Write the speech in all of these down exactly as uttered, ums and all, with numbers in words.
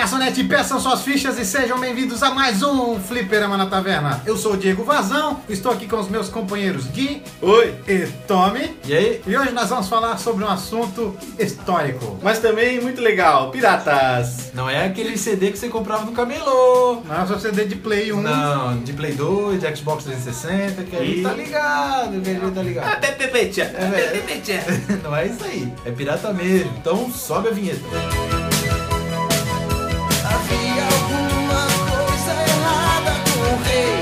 garçonete, peçam suas fichas e sejam bem-vindos a mais um Fliperama na Taverna. Eu sou o Diego Vazão, estou aqui com os meus companheiros Gui. Oi. E Tommy. E aí? E hoje nós vamos falar sobre um assunto histórico. Mas também muito legal, piratas. Não é aquele C D que você comprava no camelô. Não é só C D de Play um. Não, de Play dois, de Xbox trezentos e sessenta, que a gente E- tá ligado, que a gente tá ligado. Até Pepetia. É, é. Não é isso aí, é pirata mesmo. Então sobe a vinheta. Havia alguma coisa errada com o rei.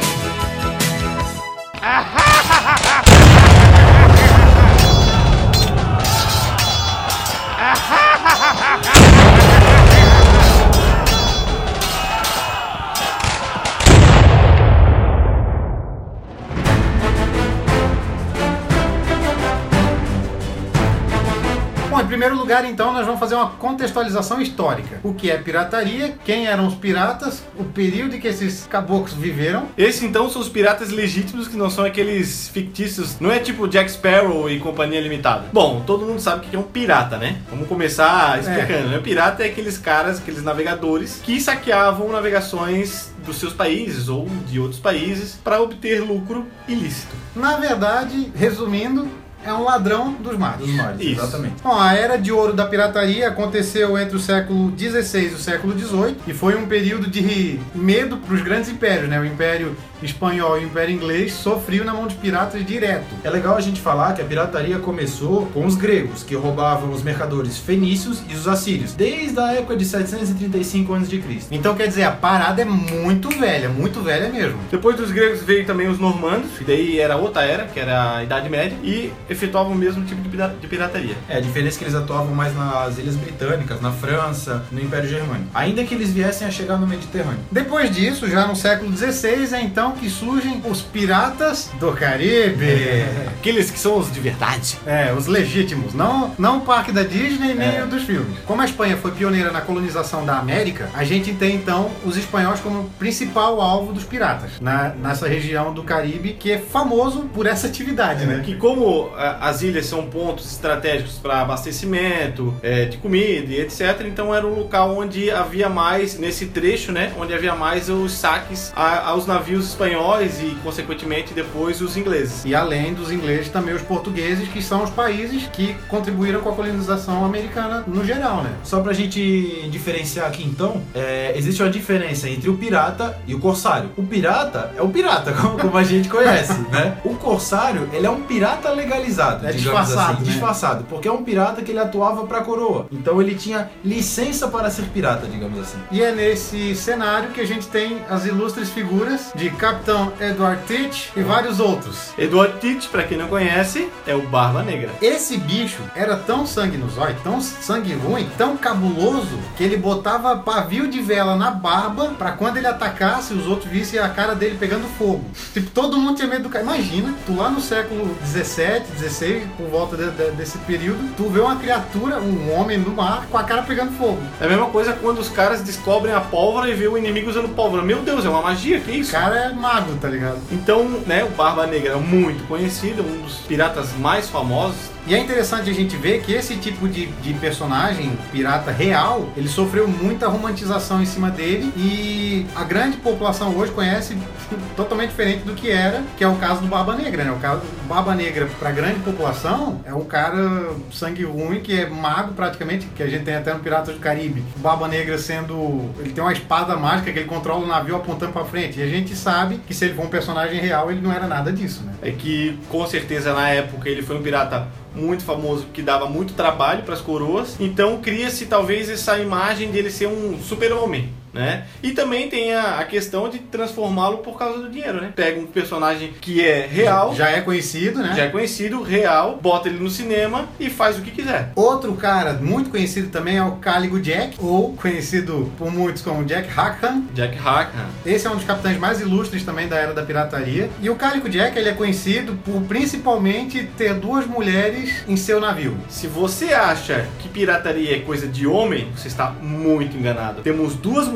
Bom, em primeiro lugar, então, nós vamos fazer uma contextualização histórica. O que é pirataria, quem eram os piratas, o período em que esses caboclos viveram. Esses então são os piratas legítimos, que não são aqueles fictícios. Não é tipo Jack Sparrow e Companhia Limitada. Bom, todo mundo sabe o que é um pirata, né? Vamos começar explicando, né? Pirata é aqueles caras, aqueles navegadores que saqueavam navegações dos seus países ou de outros países para obter lucro ilícito. Na verdade, resumindo, é um ladrão dos mares. Dos mares, Isso. exatamente. Bom, a era de ouro da pirataria aconteceu entre o século dezesseis e o século dezoito e foi um período de medo para os grandes impérios, né? O Império Espanhol e o Império Inglês sofriam na mão de piratas direto. É legal a gente falar que a pirataria começou com os gregos, que roubavam os mercadores fenícios e os assírios, desde a época de setecentos e trinta e cinco antes de Cristo. Então, quer dizer, a parada é muito velha, muito velha mesmo. Depois dos gregos veio também os normandos, que daí era outra era, que era a Idade Média, e efetuavam o mesmo tipo de pira- de pirataria. É, a diferença é que eles atuavam mais nas Ilhas Britânicas, na França, no Império Germânico. Ainda que eles viessem a chegar no Mediterrâneo. Depois disso, já no século dezesseis, é então que surgem os piratas do Caribe. Aqueles que são os de verdade. É, os legítimos, não, não o parque da Disney nem É. o dos filmes. Como a Espanha foi pioneira na colonização da América, a gente tem então os espanhóis como principal alvo dos piratas na, nessa região do Caribe, que é famoso por essa atividade, né? Que como ah, as ilhas são pontos estratégicos para abastecimento é, de comida e etcétera, então era um local onde havia mais, nesse trecho, né, onde havia mais os saques a- aos navios espanhóis e, consequentemente, depois os ingleses. E além dos ingleses, também os portugueses, que são os países que contribuíram com a colonização americana no geral, né? Só pra gente diferenciar aqui então, é, existe uma diferença entre o pirata e o corsário. O pirata é o pirata, como, como a gente conhece, né? O corsário, ele é um pirata legalizado, É digamos disfarçado, assim, né? disfarçado, porque é um pirata que ele atuava pra coroa. Então ele tinha licença para ser pirata, digamos assim. E é nesse cenário que a gente tem as ilustres figuras de Capitão Edward Teach e vários outros. Edward Teach, para quem não conhece, é o Barba Negra. Esse bicho era tão sangue no zóio, tão sangue ruim, tão cabuloso, que ele botava pavio de vela na barba pra quando ele atacasse, os outros vissem a cara dele pegando fogo. Tipo, todo mundo tinha medo do cara. Imagina, tu lá no século dezessete, dezesseis, por volta de- de- desse período, tu vê uma criatura, um homem no mar, com a cara pegando fogo. É a mesma coisa quando os caras descobrem a pólvora e vê o inimigo usando pólvora. Meu Deus, é uma magia, que O isso? cara é mago, tá ligado? Então, né, o Barba Negra é muito conhecido, um dos piratas mais famosos. E é interessante a gente ver que esse tipo de, de personagem pirata real, ele sofreu muita romantização em cima dele e a grande população hoje conhece totalmente diferente do que era, que é o caso do Barba Negra, né? O caso do Barba Negra para a grande população é um cara sangue ruim que é mago praticamente, que a gente tem até no Piratas do Caribe. O Barba Negra sendo... ele tem uma espada mágica que ele controla o navio apontando para frente. E a gente sabe que se ele for um personagem real, ele não era nada disso, né? É que, com certeza, na época, ele foi um pirata muito famoso, que dava muito trabalho para as coroas. Então, cria-se, talvez, essa imagem de ele ser um super-homem, né? E também tem a, a questão de transformá-lo por causa do dinheiro, né? Pega um personagem que é real, Já é conhecido, né? já é conhecido, real, bota ele no cinema e faz o que quiser. Outro cara muito conhecido também é o Caligo Jack, ou conhecido por muitos como Jack Hackham. Jack Hackham. Esse é um dos capitães mais ilustres também da era da pirataria. E o Calico Jack, ele é conhecido por principalmente ter duas mulheres em seu navio. Se você acha que pirataria é coisa de homem, você está muito enganado. Temos duas mulheres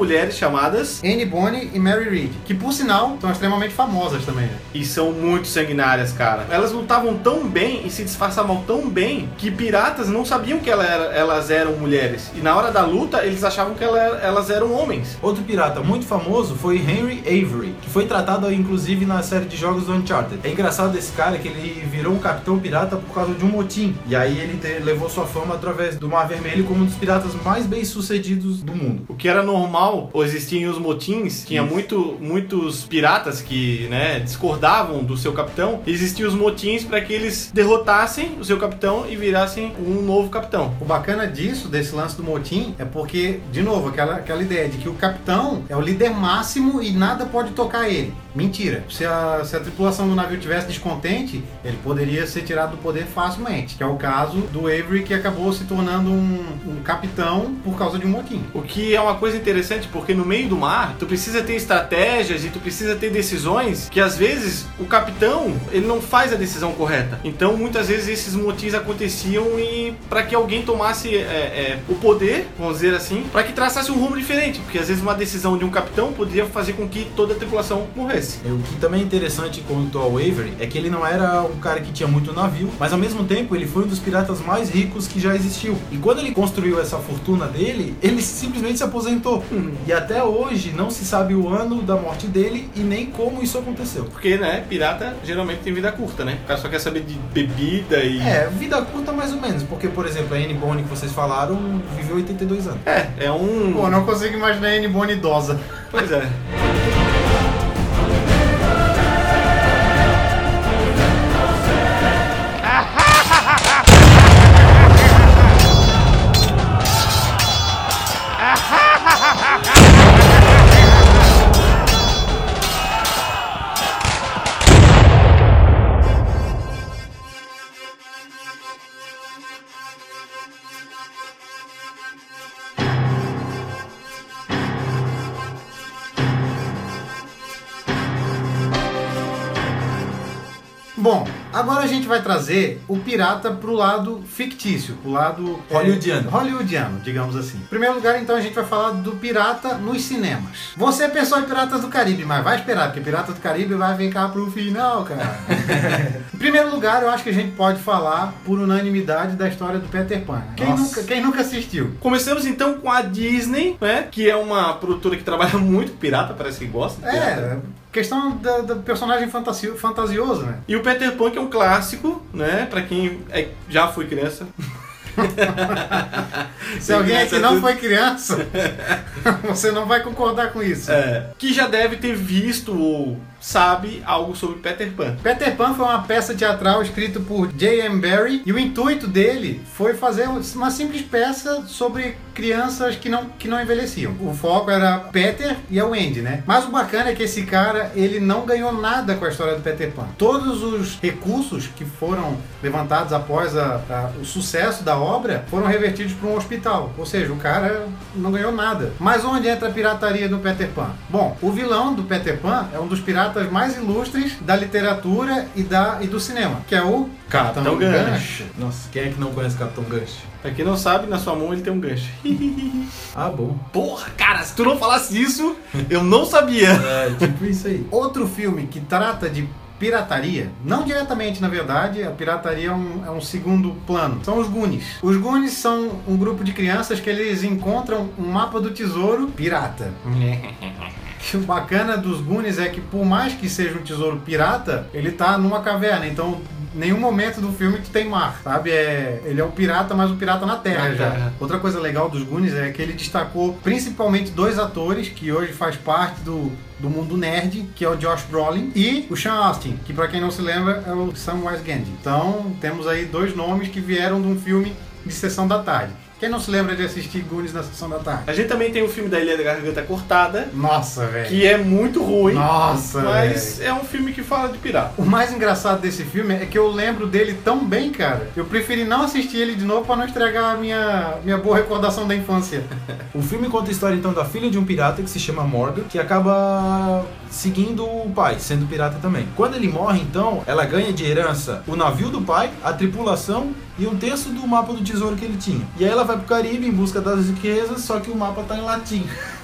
mulheres chamadas... Anne Bonny e Mary Read, que por sinal são extremamente famosas também, né? E são muito sanguinárias, cara. Elas lutavam tão bem e se disfarçavam tão bem que piratas não sabiam que ela era, elas eram mulheres. E na hora da luta, eles achavam que ela, elas eram homens. Outro pirata muito famoso foi Henry Avery, que foi tratado inclusive na série de jogos do Uncharted. É engraçado esse cara que ele virou um capitão pirata por causa de um motim. E aí ele te, levou sua fama através do Mar Vermelho como um dos piratas mais bem sucedidos do mundo. O que era normal, ou existiam os motins, tinha muito, muitos piratas que, né, discordavam do seu capitão. Existiam os motins para que eles derrotassem o seu capitão e virassem um novo capitão. O bacana disso, desse lance do motim, é porque, de novo, aquela, aquela ideia de que o capitão é o líder máximo e nada pode tocar ele. Mentira. Se a, se a tripulação do navio tivesse descontente, ele poderia ser tirado do poder facilmente. Que é o caso do Avery, que acabou se tornando um, um capitão por causa de um motim. O que é uma coisa interessante, porque no meio do mar, tu precisa ter estratégias e tu precisa ter decisões que, às vezes, o capitão, ele não faz a decisão correta. Então, muitas vezes, esses motins aconteciam e para que alguém tomasse é, é, o poder, vamos dizer assim, para que traçasse um rumo diferente. Porque, às vezes, uma decisão de um capitão poderia fazer com que toda a tripulação morresse. O que também é interessante quanto ao Avery é que ele não era um cara que tinha muito navio, mas ao mesmo tempo ele foi um dos piratas mais ricos que já existiu. E quando ele construiu essa fortuna dele, ele simplesmente se aposentou. Hum. E até hoje não se sabe o ano da morte dele e nem como isso aconteceu. Porque, né, pirata geralmente tem vida curta, né? O cara só quer saber de bebida e... É, vida curta mais ou menos, porque, por exemplo, a Anne Bonny que vocês falaram viveu oitenta e dois anos. É, é um... Pô, não consigo imaginar a Anne Bonny idosa. Pois é. Bom, agora a gente vai trazer o pirata pro lado fictício, pro lado hollywoodiano. É, hollywoodiano, digamos assim. Em primeiro lugar, então, a gente vai falar do pirata nos cinemas. Você pensou em Piratas do Caribe, mas vai esperar, porque Piratas do Caribe vai ficar pro final, cara. Em primeiro lugar, eu acho que a gente pode falar por unanimidade da história do Peter Pan. Quem nunca, quem nunca assistiu? Começamos então com a Disney, né? Que é uma produtora que trabalha muito com pirata, parece que gosta de pirata. É, questão da, da personagem fantasio, fantasioso, né? E o Peter Pan, que é um clássico, né? Pra quem é, já foi criança. Se alguém aqui não foi criança, você não vai concordar com isso. É, que já deve ter visto ou sabe algo sobre Peter Pan. Peter Pan foi uma peça teatral escrita por J M Barrie e o intuito dele foi fazer uma simples peça sobre crianças que não, que não envelheciam. O foco era Peter e a Wendy, né? Mas o bacana é que esse cara, ele não ganhou nada com a história do Peter Pan. Todos os recursos que foram levantados após a, a, o sucesso da obra foram revertidos para um hospital. Ou seja, o cara não ganhou nada. Mas onde entra a pirataria do Peter Pan? Bom, o vilão do Peter Pan é um dos piratas mais ilustres da literatura e, da, e do cinema, que é o Capitão, Capitão Gancho. Gancho. Nossa, quem é que não conhece Capitão Gancho? Pra quem não sabe, na sua mão ele tem um gancho. Ah, bom. Porra, cara, se tu não falasse isso, eu não sabia. É, tipo isso aí. Outro filme que trata de pirataria, não diretamente na verdade, a pirataria é um, é um segundo plano, são os Goonies. Os Goonies são um grupo de crianças que eles encontram um mapa do tesouro pirata. O bacana dos Goonies é que, por mais que seja um tesouro pirata, ele tá numa caverna, então nenhum momento do filme tu tem mar, sabe? É, ele é o pirata, mas o pirata na terra na já. Terra. Outra coisa legal dos Goonies é que ele destacou principalmente dois atores que hoje faz parte do, do mundo nerd, que é o Josh Brolin e o Sean Astin, que pra quem não se lembra é o Samwise Gamgee. Então temos aí dois nomes que vieram de um filme de Sessão da Tarde. Quem não se lembra de assistir Goonies na Sessão da Tarde? A gente também tem o filme da Ilha da Garganta Cortada. Nossa, velho. Que é muito ruim. Nossa, Mas véio. é um filme que fala de pirata. O mais engraçado desse filme é que eu lembro dele tão bem, cara. Eu preferi não assistir ele de novo pra não estragar a minha, minha boa recordação da infância. O filme conta a história então da filha de um pirata que se chama Morgan, que acaba seguindo o pai, sendo pirata também. Quando ele morre, então, ela ganha de herança o navio do pai, a tripulação e um terço do mapa do tesouro que ele tinha. E aí ela vai pro Caribe em busca das riquezas, só que o mapa tá em latim.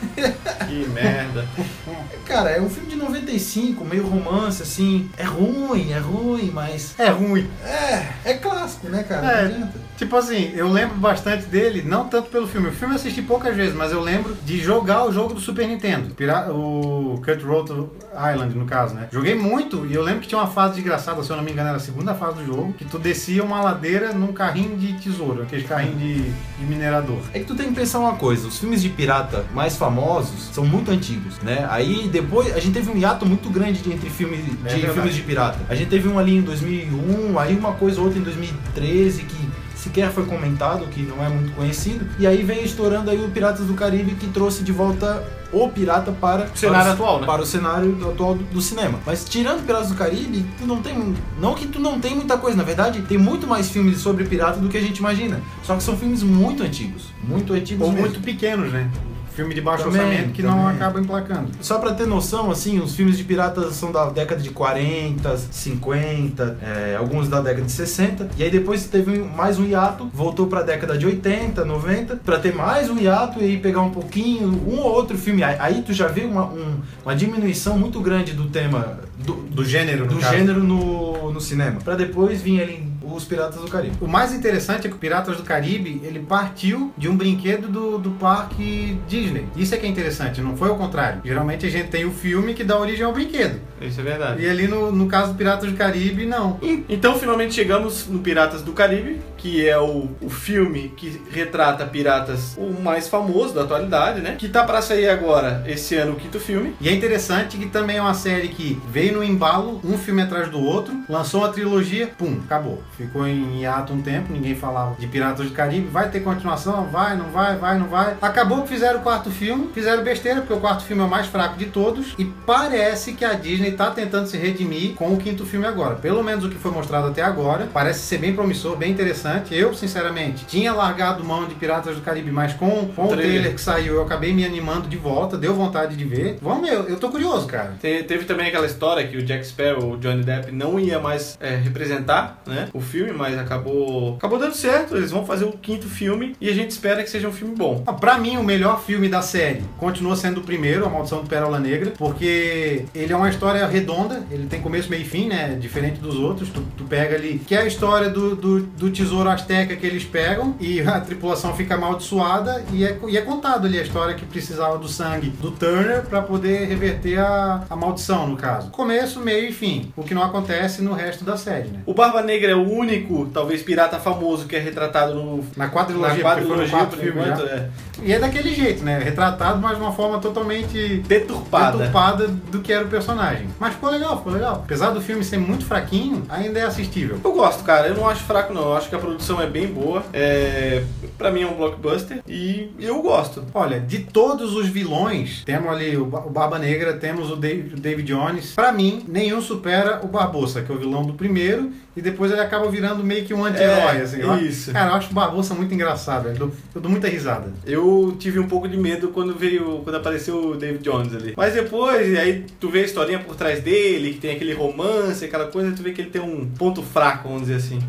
Que merda. Cara, é um filme de noventa e cinco, meio romance, assim. É ruim, é ruim, mas... É ruim. É, é clássico, né, cara? É. Não adianta. Tipo assim, eu lembro bastante dele, não tanto pelo filme. O filme eu assisti poucas vezes, mas eu lembro de jogar o jogo do Super Nintendo. Pira- o Cutthroat Island, no caso, né? Joguei muito e eu lembro que tinha uma fase desgraçada, se eu não me engano, era a segunda fase do jogo, que tu descia uma ladeira num carrinho de tesouro, aqueles carrinhos de, de minerador. É que tu tem que pensar uma coisa, os filmes de pirata mais famosos são muito antigos, né? Aí depois, a gente teve um hiato muito grande de, entre filmes de, É verdade. filmes de pirata. A gente teve um ali em dois mil e um, aí uma coisa ou outra em dois mil e treze que sequer foi comentado, que não é muito conhecido. E aí vem estourando aí o Piratas do Caribe, que trouxe de volta o pirata para O cenário para, atual, né? para o cenário atual do, do cinema. Mas tirando Piratas do Caribe, tu não tem, não que tu não tem muita coisa, na verdade, tem muito mais filmes sobre pirata do que a gente imagina. Só que são filmes muito antigos, muito antigos Ou mesmo. muito pequenos, né? Filme de baixo Também, orçamento que não também. acaba emplacando. Só pra ter noção, assim, os filmes de piratas são da década de quarenta, cinquenta, é, alguns da década de sessenta, e aí depois teve um- mais um hiato, voltou pra década de oitenta, noventa, pra ter mais um hiato e aí pegar um pouquinho, um ou outro filme. Aí, aí tu já vê uma, um- uma diminuição muito grande do tema, do, Do gênero, no do caso. gênero no, no cinema, pra depois vir ali os Piratas do Caribe. O mais interessante é que o Piratas do Caribe, ele partiu de um brinquedo do, do parque Disney. Isso é que é interessante, não foi ao contrário. Geralmente a gente tem o filme que dá origem ao brinquedo. Isso é verdade. E ali no, no caso do Piratas do Caribe, não. Então, finalmente chegamos no Piratas do Caribe, que é o, o filme que retrata piratas, o mais famoso da atualidade, né? Que tá pra sair agora, esse ano, o quinto filme. E é interessante que também é uma série que veio no embalo, um filme atrás do outro, lançou uma trilogia, pum, acabou. Ficou em hiato um tempo, ninguém falava de Piratas do Caribe, vai ter continuação, vai, não vai, vai, não vai. Acabou que fizeram o quarto filme, fizeram besteira, porque o quarto filme é o mais fraco de todos, e parece que a Disney tá tentando se redimir com o quinto filme agora. Pelo menos o que foi mostrado até agora, parece ser bem promissor, bem interessante. Eu, sinceramente, tinha largado mão de Piratas do Caribe, mas com, com o Trailer. trailer que saiu, eu acabei me animando de volta, deu vontade de ver. Vamos ver, eu tô curioso, cara. Te- Teve também aquela história que o Jack Sparrow, o Johnny Depp, não ia mais é, representar, né, o filme, mas acabou acabou dando certo. Eles vão fazer o quinto filme e a gente espera que seja um filme bom. Ah, Pra mim, o melhor filme da série continua sendo o primeiro, A Maldição do Pérola Negra, porque ele é uma história redonda, ele tem começo, meio e fim, né? Diferente dos outros. Tu, tu pega ali, que é a história do, do, do tesouro asteca que eles pegam e a tripulação fica amaldiçoada e é, e é contado ali a história que precisava do sangue do Turner pra poder reverter a, a maldição, no caso. Começo, meio e fim. O que não acontece no resto da série, né? O Barba Negra é o único, talvez, pirata famoso que é retratado no, Na na quadrilogia, porque foi no quadrilogia, quarto por filme enquanto, já. é. E é daquele jeito, né? Retratado, mas de uma forma totalmente Deturpada. deturpada do que era o personagem. Mas ficou legal, ficou legal. Apesar do filme ser muito fraquinho, ainda é assistível. Eu gosto, cara. Eu não acho fraco, não. Eu acho que a produção é bem boa. É... Pra mim é um blockbuster e eu gosto. Olha, de todos os vilões, temos ali o, Ba- o Barba Negra, temos o Dave, o David Jones. Pra mim, nenhum supera o Barbossa, que é o vilão do primeiro, e depois ele acaba virando meio que um anti-herói, É, assim. Eu- isso. Cara, eu acho o Barbossa muito engraçado, velho. Eu dou, eu dou muita risada. Eu tive um pouco de medo quando veio, quando apareceu o David Jones ali. Mas depois, e aí tu vê a historinha por trás dele, que tem aquele romance, aquela coisa, tu vê que ele tem um ponto fraco, vamos dizer assim.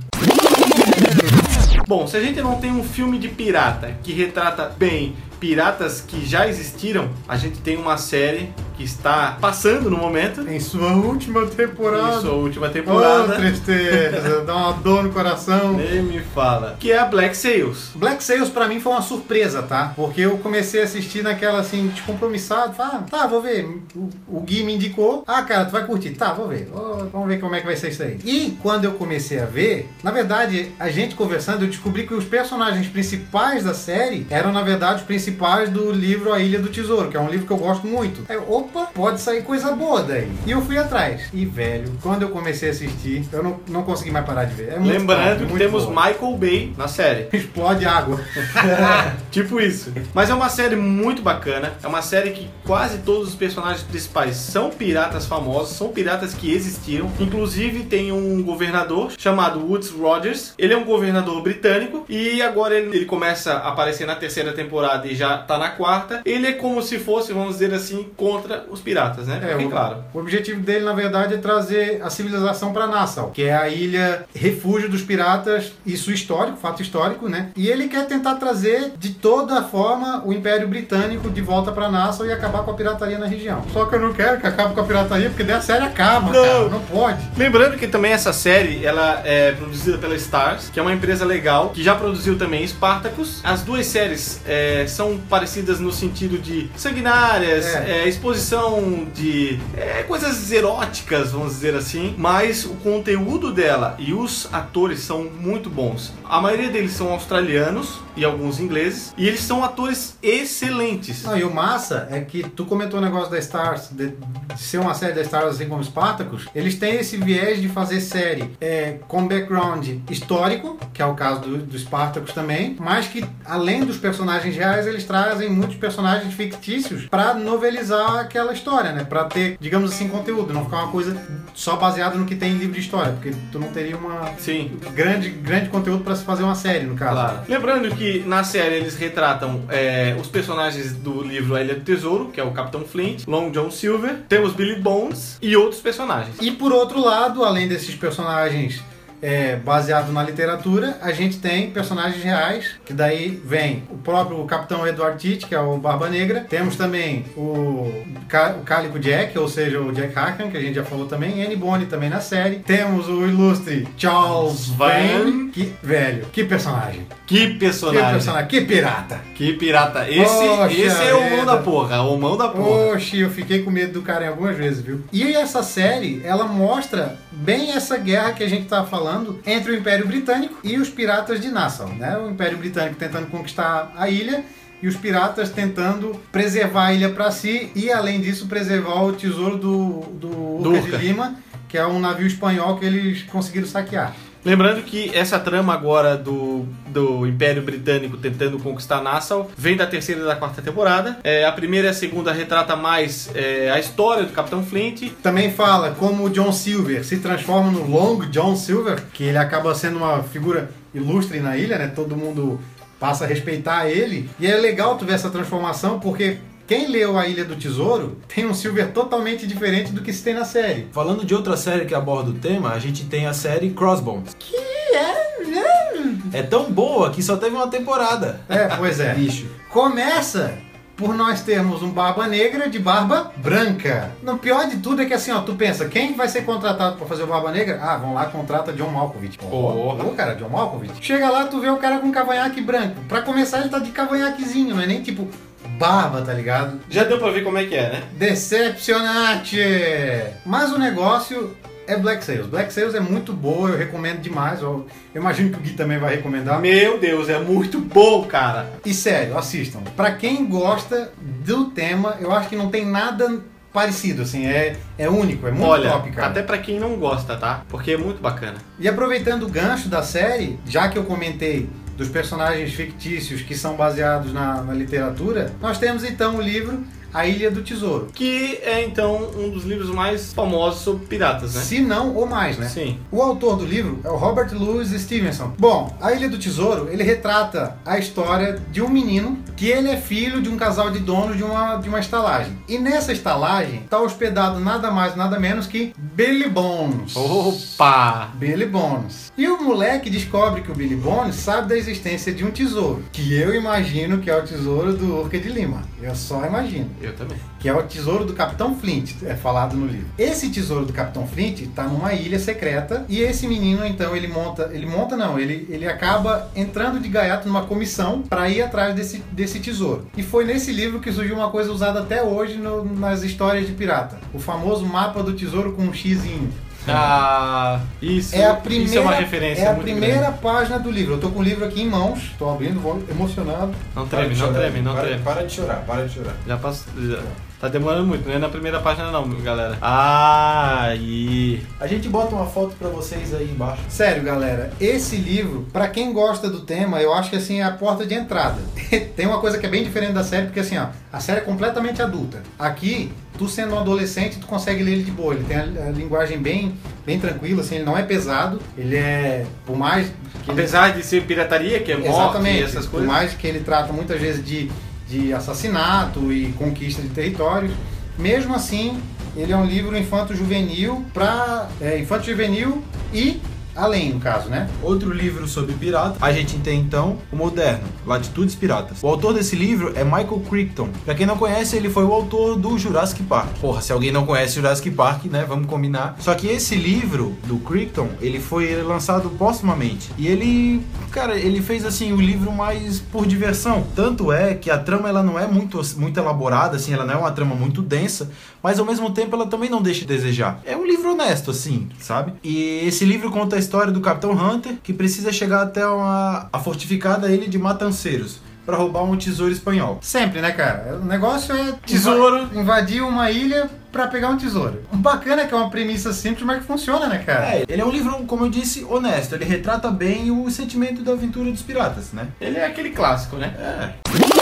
Bom, se a gente não tem um filme de pirata que retrata bem piratas que já existiram, a gente tem uma série que está passando no momento. Em sua última temporada. Em sua última temporada. Oh, tristeza, dá uma dor no coração. Nem me fala. Que é a Black Sails. Black Sails pra mim foi uma surpresa, tá? Porque eu comecei a assistir naquela assim, descompromissado. Falei, ah, tá, vou ver. O, o Gui me indicou. Ah, cara, tu vai curtir. Tá, vou ver. Ô, vamos ver como é que vai ser isso aí. E quando eu comecei a ver, na verdade, a gente conversando, eu descobri que os personagens principais da série eram, na verdade, os principais do livro A Ilha do Tesouro, que é um livro que eu gosto muito. Aí, eu, opa, pode sair coisa boa daí. E eu fui atrás. E, velho, quando eu comecei a assistir, eu não, não consegui mais parar de ver. É muito Lembrando top, que muito temos boa. Michael Bay na série. Explode água. Tipo isso. Mas é uma série muito bacana. É uma série que quase todos os personagens principais são piratas famosos, são piratas que existiram. Inclusive tem um governador chamado Woodes Rogers. Ele é um governador britânico e agora ele, ele começa a aparecer na terceira temporada e que já tá na quarta, ele é como se fosse, vamos dizer assim, contra os piratas, né? É, Porque, o, claro. o objetivo dele, na verdade, é trazer a civilização para Nassau, que é a ilha refúgio dos piratas, isso histórico, fato histórico, né? E ele quer tentar trazer, de toda forma, o Império Britânico de volta para Nassau e acabar com a pirataria na região. Só que eu não quero que acabe com a pirataria, porque daí a série acaba, Não. cara. Não pode. Lembrando que também essa série, ela é produzida pela Starz, que é uma empresa legal, que já produziu também Spartacus. As duas séries é, são parecidas no sentido de sanguinárias, É. é, exposição de é, coisas eróticas, vamos dizer assim, mas o conteúdo dela e os atores são muito bons. A maioria deles são australianos e alguns ingleses, e eles são atores excelentes. Não, e o massa é que tu comentou o negócio da Stars, de, de ser uma série da Stars assim como Spartacus, eles têm esse viés de fazer série é, com background histórico, que é o caso do, do Spartacus também, mas que além dos personagens reais, eles trazem muitos personagens fictícios pra novelizar aquela história, né? Pra ter, digamos assim, conteúdo, não ficar uma coisa só baseada no que tem em livro de história, porque tu não teria uma Sim. grande, grande conteúdo pra se fazer uma série, no caso. Claro. Lembrando que na série eles retratam é, os personagens do livro A Ilha do Tesouro, que é o Capitão Flint, Long John Silver, temos Billy Bones e outros personagens. E por outro lado, além desses personagens é, baseados na literatura, a gente tem personagens reais, que daí vem o próprio Capitão Edward Teach, que é o Barba Negra. Temos também o, Ca- o Cálico Jack, ou seja, o Jack Harkness, que a gente já falou também. Annie Bonny também na série. Temos o ilustre Charles Vane. Que, velho, que personagem. Que Que personagem. personagem. Que pirata. Que pirata. Esse, Poxa esse é o mão vida. da porra, o mão da porra. Oxi, eu fiquei com medo do cara em algumas vezes, viu? E essa série, ela mostra bem essa guerra que a gente tá falando entre o Império Britânico e os piratas de Nassau, né? O Império Britânico tentando conquistar a ilha e os piratas tentando preservar a ilha para si e, além disso, preservar o tesouro do, do Do Urca Urca. de Lima, que é um navio espanhol que eles conseguiram saquear. Lembrando que essa trama agora do, do Império Britânico tentando conquistar Nassau vem da terceira e da quarta temporada. É, a primeira e a segunda retrata mais é, a história do Capitão Flint. Também fala como o John Silver se transforma no Long John Silver, que ele acaba sendo uma figura ilustre na ilha, né? Todo mundo passa a respeitar ele. E é legal tu ver essa transformação, porque quem leu A Ilha do Tesouro tem um Silver totalmente diferente do que se tem na série. Falando de outra série que aborda o tema, a gente tem a série Crossbones. Que é... É tão boa que só teve uma temporada. É, pois é. Bicho. Começa por nós termos um Barba Negra de barba branca. No pior de tudo é que assim, ó, tu pensa, quem vai ser contratado pra fazer o Barba Negra? Ah, vão lá, contrata John Malkovich. Porra. Ô, cara, John Malkovich. Chega lá, tu vê o cara com cavanhaque branco. Pra começar, ele tá de cavanhaquezinho, não é nem tipo barba, tá ligado? Já deu pra ver como é que é, né? Decepcionante! Mas o negócio é Black Sails. Black Sails é muito boa, eu recomendo demais. Eu, eu imagino que o Gui também vai recomendar. Meu Deus, é muito bom, cara. E sério, assistam. Pra quem gosta do tema, eu acho que não tem nada parecido, assim, é, é único, é muito Olha, top, cara. até pra quem não gosta, tá? Porque é muito bacana. E aproveitando o gancho da série, já que eu comentei dos personagens fictícios que são baseados na, na literatura, nós temos então o livro A Ilha do Tesouro. Que é, então, um dos livros mais famosos sobre piratas, né? Se não ou mais, né? Sim. O autor do livro é o Robert Louis Stevenson. Bom, A Ilha do Tesouro, ele retrata a história de um menino que ele é filho de um casal de donos de uma, de uma estalagem. E nessa estalagem está hospedado nada mais, nada menos que Billy Bones. Opa! Billy Bones. E o moleque descobre que o Billy Bones sabe da existência de um tesouro, que eu imagino que é o tesouro do Urca de Lima. Eu só imagino. Eu também. Que é o tesouro do Capitão Flint, é falado no livro. Esse tesouro do Capitão Flint está numa ilha secreta e esse menino, então, ele monta, ele monta não, ele, ele acaba entrando de gaiato numa comissão para ir atrás desse, desse tesouro. E foi nesse livro que surgiu uma coisa usada até hoje no, nas histórias de pirata. O famoso mapa do tesouro com um xizinho. Ah, isso, É a primeira, isso é uma referência é a muito primeira grande. página do livro. Eu tô com o livro aqui em mãos, tô abrindo, vou emocionado. Não Para treme, de não chorar, treme, não para, treme. Para de chorar, para de chorar. Já passou. Já. Tá demorando muito, não é na primeira página não, galera. Aí. A gente bota uma foto pra vocês aí embaixo. Sério, galera, esse livro, pra quem gosta do tema, eu acho que assim é a porta de entrada. Tem uma coisa que é bem diferente da série, porque assim, ó, a série é completamente adulta. Aqui, tu sendo um adolescente, tu consegue ler ele de boa. Ele tem a, a linguagem bem, bem tranquila, assim, ele não é pesado. Ele é, por mais que ele, Apesar de ser pirataria, que é morte e exatamente, essas por coisas. mais que ele trata muitas vezes de de assassinato e conquista de territórios. Mesmo assim, ele é um livro infanto-juvenil para é, infanto-juvenil e além, no caso, né? Outro livro sobre pirata, a gente tem então o moderno, Latitudes Piratas. O autor desse livro é Michael Crichton. Pra quem não conhece, ele foi o autor do Jurassic Park. Porra, se alguém não conhece Jurassic Park, né, vamos combinar. Só que esse livro do Crichton, ele foi lançado póstumamente. E ele, cara, ele fez assim o livro mais por diversão. Tanto é que a trama ela não é muito, muito elaborada, assim, ela não é uma trama muito densa, mas ao mesmo tempo ela também não deixa de desejar. É um livro honesto, assim, sabe? E esse livro conta a história do Capitão Hunter, que precisa chegar até uma, a fortificada ilha de Matanceiros para roubar um tesouro espanhol. Sempre, né, cara? O negócio é Tesouro. invadir uma ilha pra pegar um tesouro. O bacana é que é uma premissa simples, mas que funciona, né, cara? É, ele é um livro, como eu disse, honesto. Ele retrata bem o sentimento da aventura dos piratas, né? Ele é aquele clássico, né? É.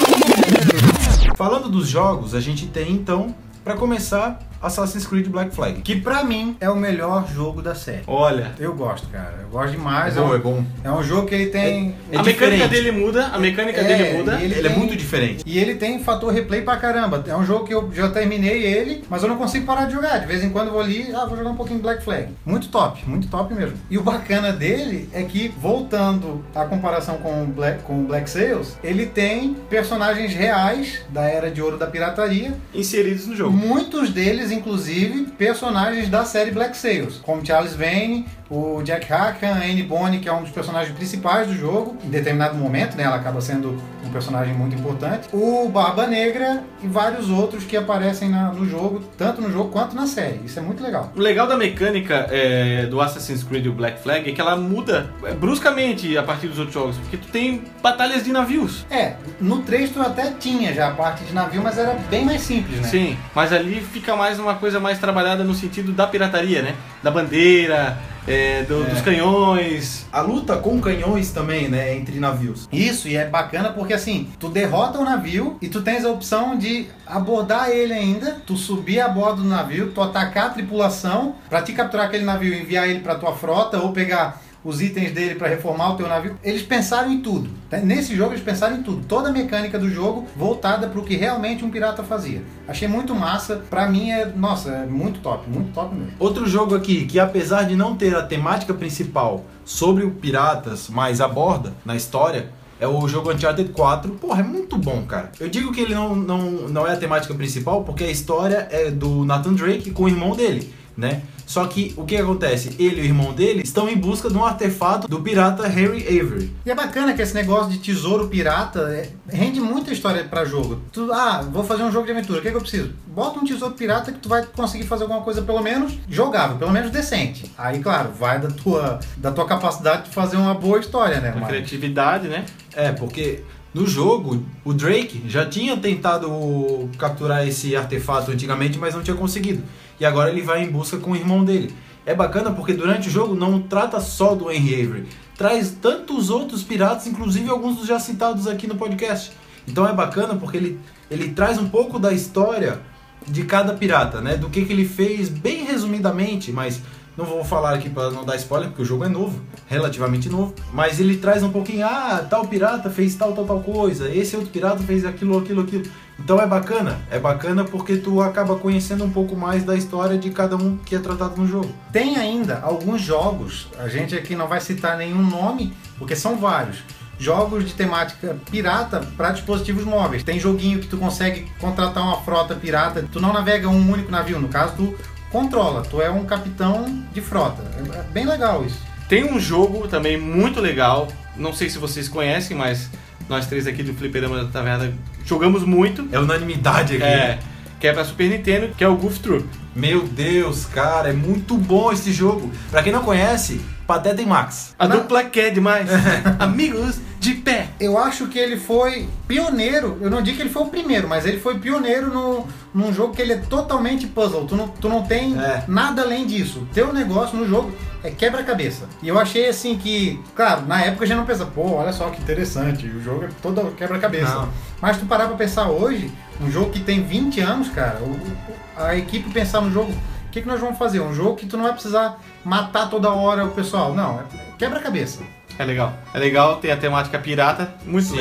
Falando dos jogos, a gente tem então, pra começar, Assassin's Creed Black Flag. Que pra mim é o melhor jogo da série. Olha, Eu gosto, cara. Eu gosto demais. É bom, um, é bom. é um jogo que ele tem... É a diferente. mecânica dele muda, a mecânica É, dele muda. e Ele, ele é tem- muito diferente. E ele tem fator replay pra caramba. É um jogo que eu já terminei ele, mas eu não consigo parar de jogar. De vez em quando eu vou ali, ah, vou jogar um pouquinho de Black Flag. Muito top, muito top mesmo. E o bacana dele é que, voltando à comparação com o Black, com o Black Sails, ele tem personagens reais da Era de Ouro da Pirataria. Inseridos no jogo. Muitos deles, inclusive, personagens da série Black Sails, como Charles Vane, o Jack Hacken, a Anne Bonny, que é um dos personagens principais do jogo, em determinado momento, né, ela acaba sendo um personagem muito importante, o Barba Negra e vários outros que aparecem na- no jogo, tanto no jogo quanto na série. Isso é muito legal. O legal da mecânica é, do Assassin's Creed e o Black Flag é que ela muda é, bruscamente a partir dos outros jogos, porque tu tem batalhas de navios. É, no três tu até tinha já a parte de navio, mas era bem mais simples, né? Sim, mas ali fica mais uma coisa mais trabalhada no sentido da pirataria, né? Da bandeira, é, do- É. dos canhões. A luta com canhões também, né, entre navios. Isso, e é bacana porque assim, tu derrota o navio e tu tens a opção de abordar ele ainda, tu subir a bordo do navio, tu atacar a tripulação pra te capturar aquele navio e enviar ele pra tua frota ou pegar os itens dele pra reformar o teu navio. Eles pensaram em tudo. Nesse jogo eles pensaram em tudo. Toda a mecânica do jogo voltada pro que realmente um pirata fazia. Achei muito massa. Pra mim é, nossa, é muito top, muito top mesmo. Outro jogo aqui, que apesar de não ter a temática principal sobre o piratas, mas aborda na história, é o jogo Uncharted quatro. Porra, é muito bom, cara. Eu digo que ele não, não, não é a temática principal porque a história é do Nathan Drake com o irmão dele, né? Só que o que acontece? Ele e o irmão dele estão em busca de um artefato do pirata Harry Avery. E é bacana que esse negócio de tesouro pirata é, rende muita história pra jogo. Tu, ah, vou fazer um jogo de aventura, o que, é que eu preciso? Bota um tesouro pirata que tu vai conseguir fazer alguma coisa pelo menos jogável, pelo menos decente. Aí, claro, vai da tua, da tua capacidade de fazer uma boa história, né? A Mas- criatividade, né? É, porque no jogo, o Drake já tinha tentado capturar esse artefato antigamente, mas não tinha conseguido. E agora ele vai em busca com o irmão dele. É bacana porque durante o jogo não trata só do Henry Avery, traz tantos outros piratas, inclusive alguns dos já citados aqui no podcast. Então é bacana porque ele, ele traz um pouco da história de cada pirata, né? Do que, que ele fez, bem resumidamente, mas não vou falar aqui para não dar spoiler, porque o jogo é novo, relativamente novo. Mas ele traz um pouquinho, ah, tal pirata fez tal, tal, tal coisa, esse outro pirata fez aquilo, aquilo, aquilo. Então é bacana, é bacana porque tu acaba conhecendo um pouco mais da história de cada um que é tratado no jogo. Tem ainda alguns jogos, a gente aqui não vai citar nenhum nome, porque são vários. Jogos de temática pirata para dispositivos móveis. Tem joguinho que tu consegue contratar uma frota pirata, tu não navega um único navio, no caso tu controla, tu é um capitão de frota. É bem legal isso. Tem um jogo também muito legal, não sei se vocês conhecem, mas nós três aqui do Fliperama da Taverna jogamos muito. É unanimidade aqui. É, que é pra Super Nintendo, que é o Goof Troop. Meu Deus, cara, é muito bom esse jogo. Pra quem não conhece, Pateta e Max. A Na- dupla que é demais. Amigos de pé. Eu acho que ele foi pioneiro, eu não digo que ele foi o primeiro, mas ele foi pioneiro no, num jogo que ele é totalmente puzzle. Tu não, tu não tem É. nada além disso. Teu negócio no jogo é quebra-cabeça. E eu achei assim que, claro, na época a gente não pensa, pô, olha só que interessante, o jogo é todo quebra-cabeça. Não. Mas tu parar pra pensar hoje, um jogo que tem vinte anos, cara, o- o- a equipe pensar no jogo, o que, que nós vamos fazer? Um jogo que tu não vai precisar matar toda hora o pessoal. Não, é quebra-cabeça. É legal. É legal, tem a temática pirata, muito Sim. legal.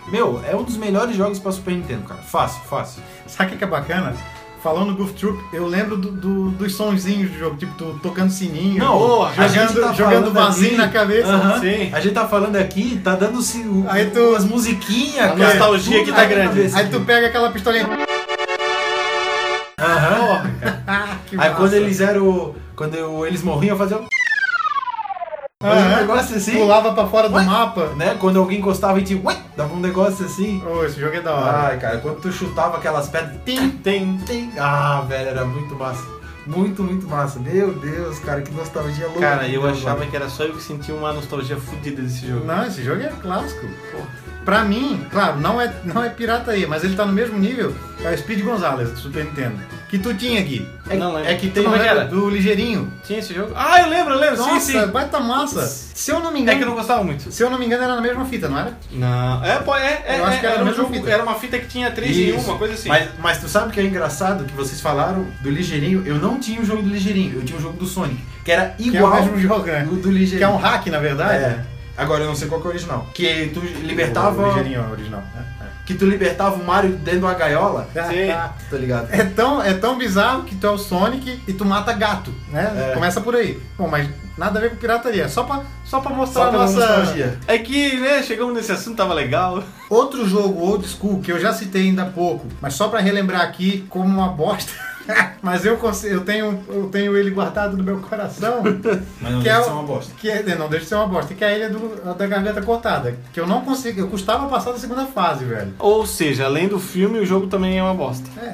Meu, é um dos melhores jogos pra Super Nintendo, cara. Fácil, fácil. Sabe o que que é bacana? Falando no Goof Troop, eu lembro do, do- dos sonzinhos do jogo, tipo, tu tocando sininho, Não, porra, a gente jogando, tá jogando falando vasinho aqui- na cabeça. Aham. Sim. A gente tá falando aqui, tá dando se- o- Aí tu- as musiquinhas, A cara. nostalgia Tudo que na tá grande. cabeça Aí aqui. tu pega aquela pistolinha. Aham. Ah, que Aí massa. quando eles eram. Quando eu- eles morriam, eu fazia um. Fazia um Aham. negócio assim. Pulava pra fora do Ué? mapa. Né? Quando alguém encostava e tinha. Ué, dava um negócio assim. Oh, esse jogo é da hora. Ai, cara, quando tu chutava aquelas pedras. Tim, Tem. tim. Ah, velho, era muito massa. Muito, muito massa. Meu Deus, cara, que nostalgia louca. Cara, eu Meu achava Deus. que era só eu que sentia uma nostalgia fodida desse jogo. Não, esse jogo é clássico. Pra mim, claro, não é, não é pirataria, mas ele tá no mesmo nível que o Speed Gonzales do Super Nintendo. Que tu tinha aqui. É, Não lembro. é que tem Como uma. é que era? Do Ligeirinho. Tinha esse jogo? Ah, eu lembro, eu lembro. Nossa, sim, sim. baita massa. Se eu não me É engano, que eu não gostava muito. se eu não me engano, era na mesma fita, não era? Não. É, pô, é, é, Eu acho é, que era era, a um mesma jogo, fita. era uma fita que tinha três em Isso. uma, coisa assim. Mas, mas tu sabe o que é engraçado? Que vocês falaram do Ligeirinho. Eu não tinha o jogo do Ligeirinho, eu tinha o jogo do Sonic. Que era Que é o igual mesmo jogo, né? do, do Ligeirinho. Que é um hack, na verdade. É. Agora eu não sei qual que é o original. Que tu libertava. O Ligeirinho é o original. É, Que tu libertava o Mario dentro de uma gaiola. é. Sim. Tá ligado? É tão, é tão bizarro que tu é o Sonic e tu mata gato, né? É. Começa por aí. Bom, mas nada a ver com pirataria. Só pra, só pra mostrar Só a pela nossa... nostalgia. É que, né, chegamos nesse assunto, tava legal. Outro jogo old school que eu já citei ainda há pouco, mas só pra relembrar aqui como uma bosta. Mas eu, cons- eu, tenho, eu tenho ele guardado no meu coração. Mas não que é deixa de o- ser uma bosta. Que é, não deixa de ser uma bosta. Que é a ilha do- da garganta cortada. Que eu não consigo. Eu custava passar da segunda fase, velho. Ou seja, além do filme, o jogo também é uma bosta. É.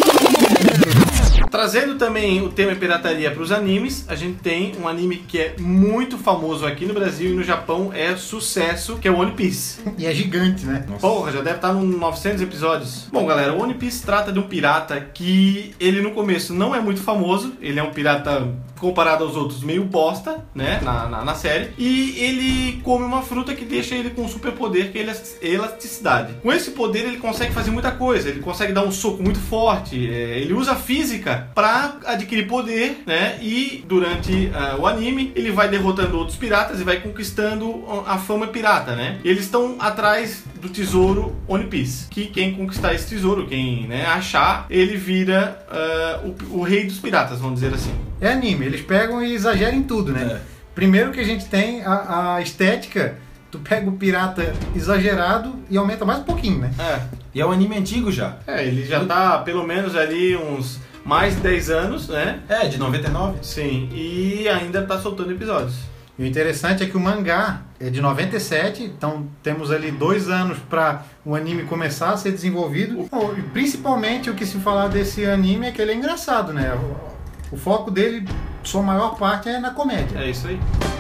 Trazendo também o tema pirataria para os animes, a gente tem um anime que é muito famoso aqui no Brasil e no Japão, é sucesso, que é o One Piece. E é gigante, né? Porra, já deve estar nos novecentos episódios. Bom, galera, o One Piece trata de um pirata que ele no começo não é muito famoso, ele é um pirata comparado aos outros meio bosta, né, na, na, na série, e ele come uma fruta que deixa ele com um superpoder que é elas- elasticidade. Com esse poder ele consegue fazer muita coisa, ele consegue dar um soco muito forte, é, ele usa a física para adquirir poder, né, e durante ah, o anime ele vai derrotando outros piratas e vai conquistando a fama pirata, né. E eles estão atrás do tesouro One Piece, que quem conquistar esse tesouro, quem, né, achar, ele vira ah, o, o rei dos piratas, vamos dizer assim. É anime. Eles pegam e exageram em tudo, né? É. Primeiro que a gente tem a, a estética. Tu pega o pirata exagerado e aumenta mais um pouquinho, né? É. E é um anime antigo já. É, ele já tá pelo menos ali uns mais de dez anos, né? É, de noventa e nove. Sim, e ainda tá soltando episódios. E o interessante é que o mangá é de noventa e sete, então temos ali dois anos para o anime começar a ser desenvolvido. Bom, e principalmente o que se falar desse anime é que ele é engraçado, né? O, o foco dele, sua maior parte, é na comédia. É isso aí.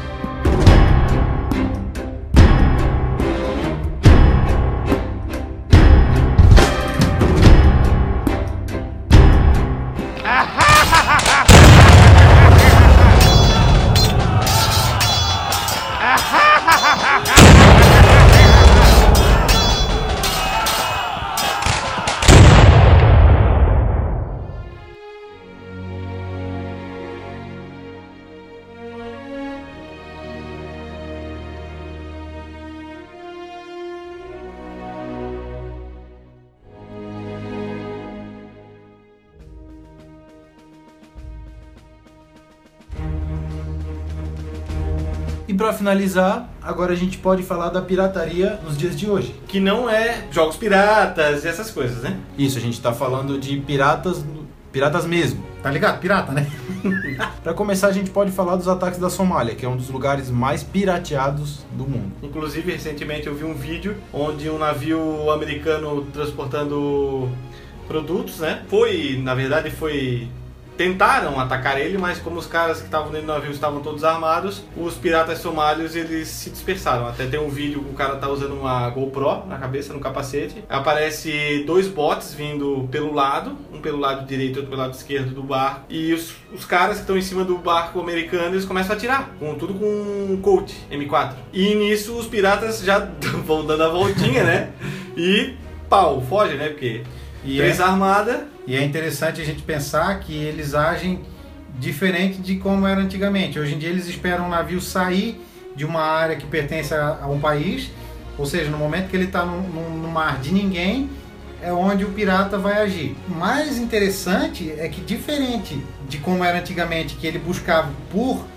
E pra finalizar, agora a gente pode falar da pirataria nos dias de hoje. Que não é jogos piratas e essas coisas, né? Isso, a gente tá falando de piratas, piratas mesmo. Tá ligado? Pirata, né? Pra começar, a gente pode falar dos ataques da Somália, que é um dos lugares mais pirateados do mundo. Inclusive, recentemente eu vi um vídeo onde um navio americano transportando produtos, né? Foi, na verdade, foi... Tentaram atacar ele, mas como os caras que estavam dentro do navio estavam todos armados, os piratas somálios eles se dispersaram. Até tem um vídeo que o cara tá usando uma GoPro na cabeça, no capacete. Aparece dois botes vindo pelo lado, um pelo lado direito e outro pelo lado esquerdo do barco. E os, os caras que estão em cima do barco americano, eles começam a atirar, com, tudo com um Colt M quatro. E nisso os piratas já vão dando a voltinha, né? E pau, foge, né? Porque E três é- armadas... E é interessante a gente pensar que eles agem diferente de como era antigamente. Hoje em dia eles esperam o navio sair de uma área que pertence a, a um país Ou seja, no momento que ele está no, no, no mar de ninguém, é onde o pirata vai agir. O mais interessante é que, diferente de como era antigamente, que ele buscava por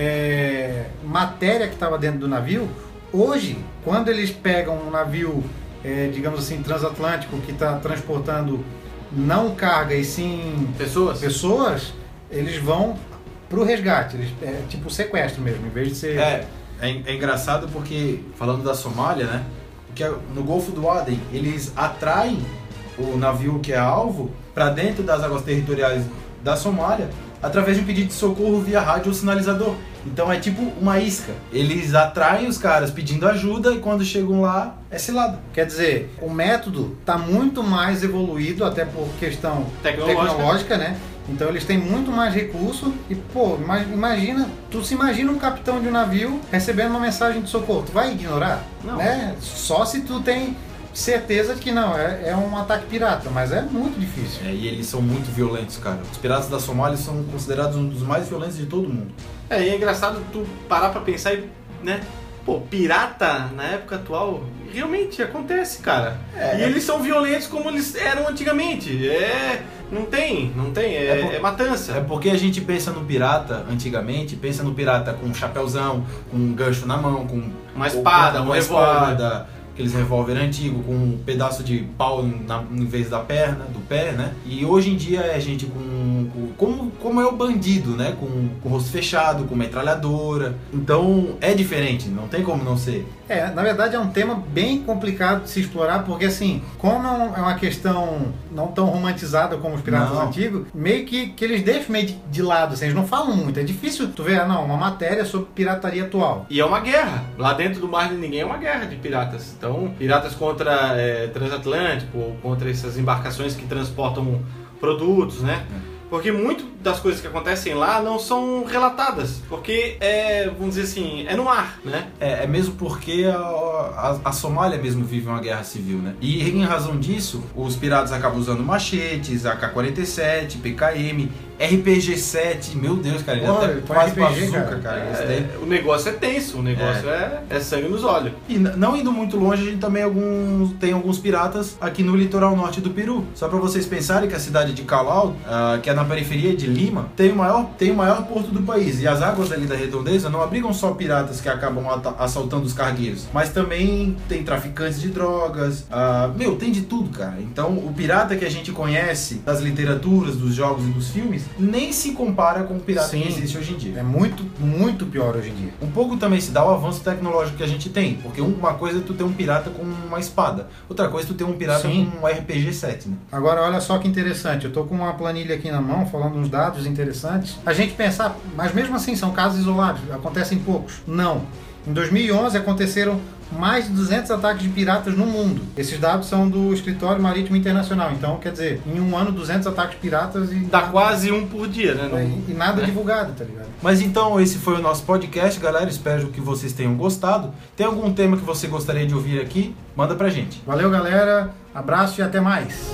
é, matéria que estava dentro do navio, hoje, quando eles pegam um navio, é, digamos assim, transatlântico, que está transportando não carga e sim Pessoas? pessoas, eles vão pro resgate. Eles, é tipo sequestro mesmo, em vez de ser... É, é, é engraçado porque, falando da Somália, né? Que no Golfo do Aden, eles atraem o navio que é alvo para dentro das águas territoriais da Somália através de um pedido de socorro via rádio ou sinalizador. Então é tipo uma isca. Eles atraem os caras pedindo ajuda e quando chegam lá, é cilada. Quer dizer, o método está muito mais evoluído, até por questão Tecnológica. tecnológica, né? Então eles têm muito mais recurso e, pô, ima- imagina, tu se imagina um capitão de um navio recebendo uma mensagem de socorro, tu vai ignorar? Não. Né? Só se tu tem certeza de que não, é, é um ataque pirata, mas é muito difícil. É, e eles são muito violentos, cara. Os piratas da Somália são considerados um dos mais violentos de todo mundo. É, e é engraçado tu parar pra pensar e, né? Pô, pirata na época atual realmente acontece, cara. É, e eles são violentos como eles eram antigamente. É. Não tem, não tem, é, É por- é matança. É porque a gente pensa no pirata, antigamente, pensa no pirata com um chapéuzão, com um gancho na mão, com Uma espada, com um uma revólver. espada, aqueles revólver antigo com um pedaço de pau na, em vez da perna, do pé, né? E hoje em dia é gente com, com como, como é o bandido, né? Com, com o rosto fechado, com metralhadora. Então é diferente, não tem como não ser. É, na verdade é um tema bem complicado de se explorar, porque assim, como é um- é uma questão não tão romantizada como os piratas Não. antigos, meio que, que eles deixam meio de, de lado, assim, eles não falam muito. É difícil tu ver, ah, não, uma matéria sobre pirataria atual. E é uma guerra. Lá dentro do Mar de Ninguém é uma guerra de piratas. Então, piratas contra é, transatlântico, ou contra essas embarcações que transportam produtos, né? Porque muito das coisas que acontecem lá não são relatadas. Porque é, vamos dizer assim, é no mar, né? É, é mesmo porque a, a, a Somália mesmo vive uma guerra civil, né? E em razão disso, os piratas acabam usando machetes, A K quarenta e sete, P K M, R P G sete, meu Deus, cara, ele Olha, até com quase R P G, bazuca, cara. cara. Esse É, daí. o negócio é tenso, o negócio é, é sangue nos olhos. E n- não indo muito longe, a gente também alguns, tem alguns piratas aqui no litoral norte do Peru. Só pra vocês pensarem que a cidade de Callao, ah, que é na periferia de Lima, tem o, maior, tem o maior porto do país. E as águas ali da redondeza não abrigam só piratas que acabam ata- assaltando os cargueiros, mas também tem traficantes de drogas. ah, meu, tem de tudo, cara. Então o pirata que a gente conhece das literaturas, dos jogos e dos filmes, nem se compara com o pirata Sim. que existe hoje em dia. É muito, muito pior hoje em dia. Um pouco também se dá o avanço tecnológico que a gente tem, porque uma coisa é tu ter um pirata com uma espada, outra coisa é tu ter um pirata Sim. com um R P G sete, né? Agora, olha só que interessante, eu tô com uma planilha aqui na mão, falando uns dados interessantes. A gente pensar, mas mesmo assim, são casos isolados, acontecem poucos. Não. Em dois mil e onze aconteceram mais de duzentos ataques de piratas no mundo. Esses dados são do Escritório Marítimo Internacional. Então, quer dizer, em um ano, duzentos ataques de piratas e... Dá quase um por dia, né? Não- E, e nada divulgado, tá ligado? Mas então esse foi o nosso podcast, galera, espero que vocês tenham gostado. Tem algum tema que você gostaria de ouvir aqui? Manda pra gente. Valeu, galera. Abraço e até mais.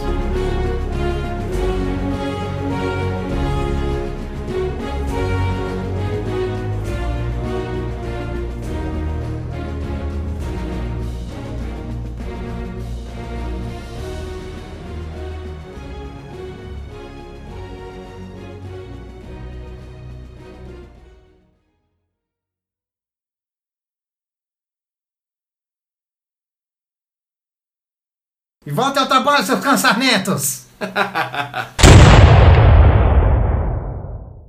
E volta ao trabalho, seus cansamentos!